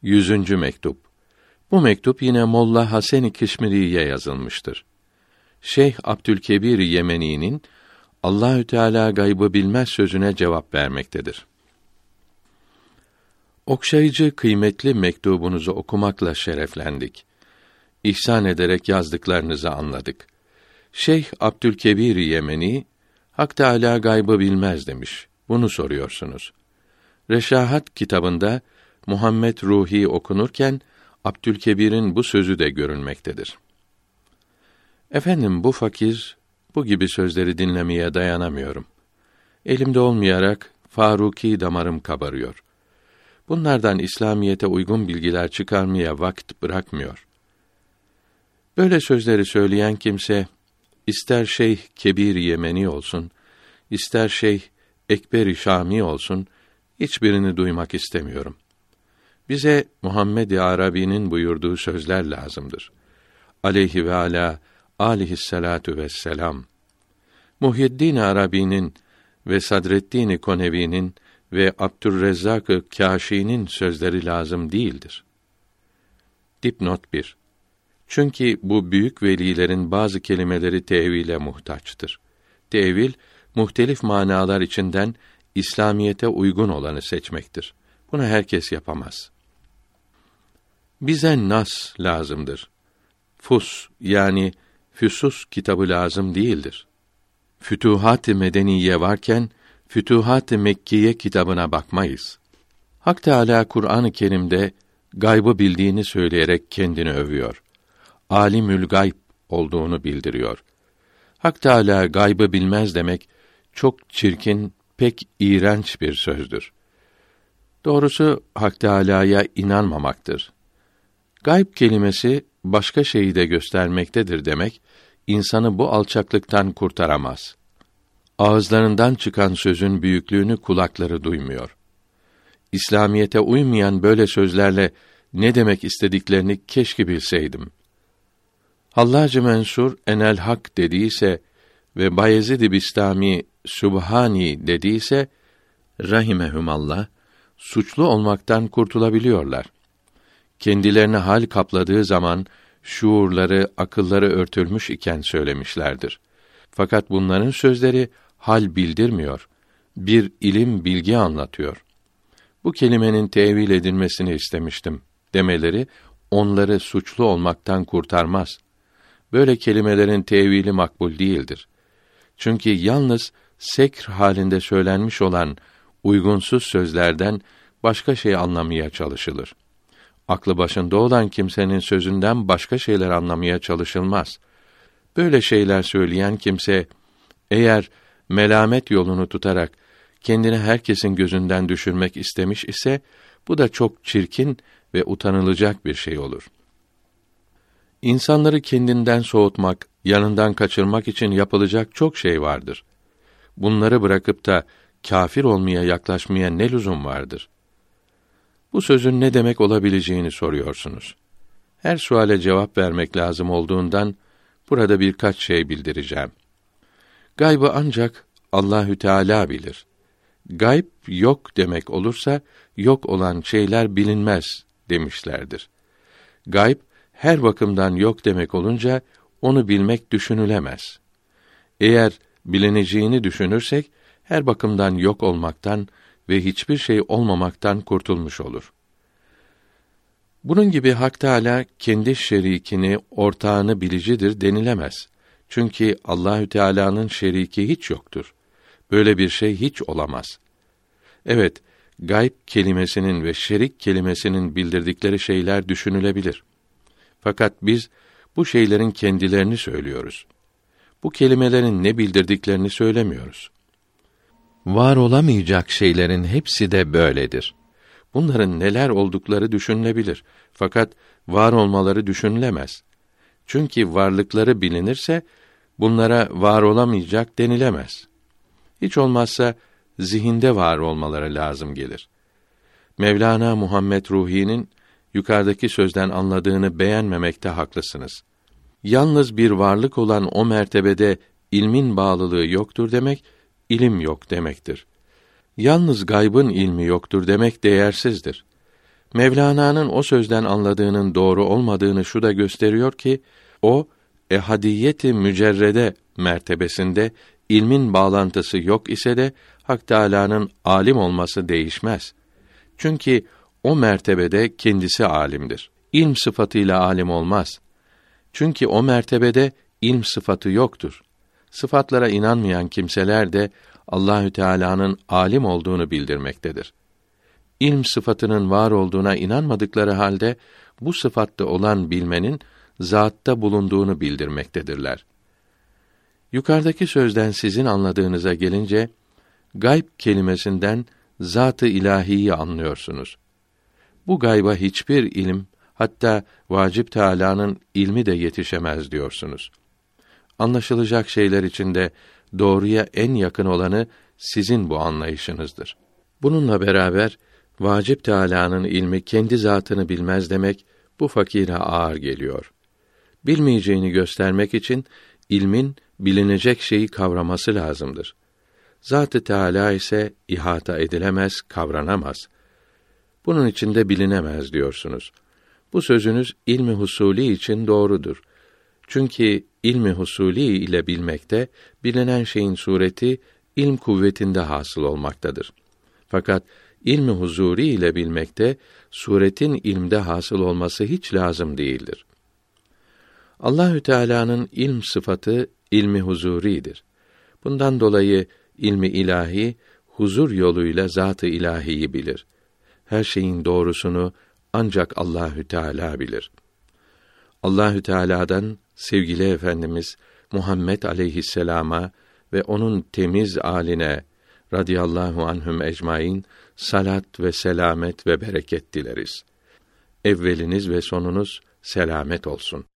100. mektup. Bu mektup yine Molla Hasen-i Kişmiri'ye yazılmıştır. Şeyh Abdülkebir Yemeni'nin Allahü Teala gaybı bilmez sözüne cevap vermektedir. Okşayıcı, kıymetli mektubunuzu okumakla şereflendik. İhsan ederek yazdıklarınızı anladık. Şeyh Abdülkebir Yemeni, Hak Teâlâ gaybı bilmez demiş. Bunu soruyorsunuz. Reşahat kitabında Muhammed Ruhi okunurken Abdülkebir'in bu sözü de görülmektedir. Efendim, bu fakir bu gibi sözleri dinlemeye dayanamıyorum. Elimde olmayarak Faruki damarım kabarıyor. Bunlardan İslamiyete uygun bilgiler çıkarmaya vakit bırakmıyor. Böyle sözleri söyleyen kimse, ister Şeyh Kebir Yemeni olsun, ister Şeyh Ekber-i Şami olsun, hiçbirini duymak istemiyorum. Bize Muhammed-i Arabi'nin buyurduğu sözler lazımdır. Aleyhi ve alâ âlihisselâtü vesselam. Muhyiddin Arabi'nin ve Sadreddin Konevi'nin ve Abdurrezzak-ı Kâşi'nin sözleri lazım değildir. Dipnot 1. Çünkü bu büyük velilerin bazı kelimeleri tevile muhtaçtır. Tevil, muhtelif manalar içinden İslamiyete uygun olanı seçmektir. Bunu herkes yapamaz. Bize nas lazımdır. Fus yani Füsus kitabı lazım değildir. Fütuhat-ı Medeniye varken Fütuhat-ı Mekkiye kitabına bakmayız. Hak Teâlâ Kur'an-ı Kerim'de gaybı bildiğini söyleyerek kendini övüyor. Alimül gayb olduğunu bildiriyor. Hak Teâlâ gaybı bilmez demek çok çirkin, pek iğrenç bir sözdür. Doğrusu Hak Teâlâ'ya inanmamaktır. Gayb kelimesi başka şeyi de göstermektedir demek, insanı bu alçaklıktan kurtaramaz. Ağızlarından çıkan sözün büyüklüğünü kulakları duymuyor. İslamiyete uymayan böyle sözlerle ne demek istediklerini keşke bilseydim. Hallacı Mensur enel hak dediyse ve Bayezid-i Bistami Sübhani dediyse rahimehumullah suçlu olmaktan kurtulabiliyorlar. Kendilerine hal kapladığı zaman şuurları, akılları örtülmüş iken söylemişlerdir. Fakat bunların sözleri hal bildirmiyor. Bir ilim, bilgi anlatıyor. Bu kelimenin tevil edilmesini istemiştim demeleri onları suçlu olmaktan kurtarmaz. Böyle kelimelerin tevili makbul değildir. Çünkü yalnız sekr halinde söylenmiş olan uygunsuz sözlerden başka şey anlamaya çalışılır. Aklı başında olan kimsenin sözünden başka şeyler anlamaya çalışılmaz. Böyle şeyler söyleyen kimse, eğer melamet yolunu tutarak kendini herkesin gözünden düşürmek istemiş ise, bu da çok çirkin ve utanılacak bir şey olur. İnsanları kendinden soğutmak, yanından kaçırmak için yapılacak çok şey vardır. Bunları bırakıp da kâfir olmaya yaklaşmaya ne lüzum vardır? Bu sözün ne demek olabileceğini soruyorsunuz. Her suale cevap vermek lazım olduğundan burada birkaç şey bildireceğim. Gaybı ancak Allahü Teala bilir. Gayb yok demek olursa yok olan şeyler bilinmez demişlerdir. Gayb her bakımdan yok demek olunca onu bilmek düşünülemez. Eğer bilineceğini düşünürsek her bakımdan yok olmaktan ve hiçbir şey olmamaktan kurtulmuş olur. Bunun gibi Hak Teâlâ kendi şerikini, ortağını bilicidir denilemez. Çünkü Allahü Teala'nın şeriki hiç yoktur. Böyle bir şey hiç olamaz. Evet, gayb kelimesinin ve şerik kelimesinin bildirdikleri şeyler düşünülebilir. Fakat biz bu şeylerin kendilerini söylüyoruz. Bu kelimelerin ne bildirdiklerini söylemiyoruz. Var olamayacak şeylerin hepsi de böyledir. Bunların neler oldukları düşünülebilir. Fakat var olmaları düşünülemez. Çünkü varlıkları bilinirse, bunlara var olamayacak denilemez. Hiç olmazsa, zihinde var olmaları lazım gelir. Mevlana Muhammed Ruhi'nin, yukarıdaki sözden anladığını beğenmemekte haklısınız. Yalnız bir varlık olan o mertebede, ilmin bağlılığı yoktur demek, ilim yok demektir. Yalnız gaybın ilmi yoktur demek değersizdir. Mevlana'nın o sözden anladığının doğru olmadığını şu da gösteriyor ki, o, ehadiyeti mücerrede mertebesinde ilmin bağlantısı yok ise de Hak Teâlâ'nın alim olması değişmez. Çünkü o mertebede kendisi alimdir. İlm sıfatıyla alim olmaz. Çünkü o mertebede ilm sıfatı yoktur. Sıfatlara inanmayan kimseler de Allahü Teâlâ'nın alim olduğunu bildirmektedir. İlm sıfatının var olduğuna inanmadıkları halde bu sıfatta olan bilmenin zatta bulunduğunu bildirmektedirler. Yukarıdaki sözden sizin anladığınıza gelince, gayb kelimesinden zat-ı ilahiyi anlıyorsunuz. Bu gayba hiçbir ilim, hatta Vacip Teâlâ'nın ilmi de yetişemez diyorsunuz. Anlaşılacak şeyler içinde doğruya en yakın olanı sizin bu anlayışınızdır. Bununla beraber Vacip Teâlâ'nın ilmi kendi zatını bilmez demek bu fakire ağır geliyor. Bilmeyeceğini göstermek için ilmin bilinecek şeyi kavraması lazımdır. Zat-ı Teâlâ ise ihata edilemez, kavranamaz. Bunun için de bilinemez diyorsunuz. Bu sözünüz ilmi husûlî için doğrudur. Çünkü ilmi husûlî ile bilmekte, bilinen şeyin sureti ilm kuvvetinde hasıl olmaktadır. Fakat ilmi huzûrî ile bilmekte, suretin ilmde hasıl olması hiç lazım değildir. Allahü Teâlâ'nın ilm sıfatı ilmi huzûrîdir. Bundan dolayı ilmi ilahi huzur yoluyla zat-ı ilahiyi bilir. Her şeyin doğrusunu ancak Allahü Teâlâ bilir. Allahü Teâlâ'dan sevgili Efendimiz Muhammed aleyhisselama ve onun temiz âline radıyallahu anhum ecmaîn salat ve selamet ve bereket dileriz. Evveliniz ve sonunuz selamet olsun.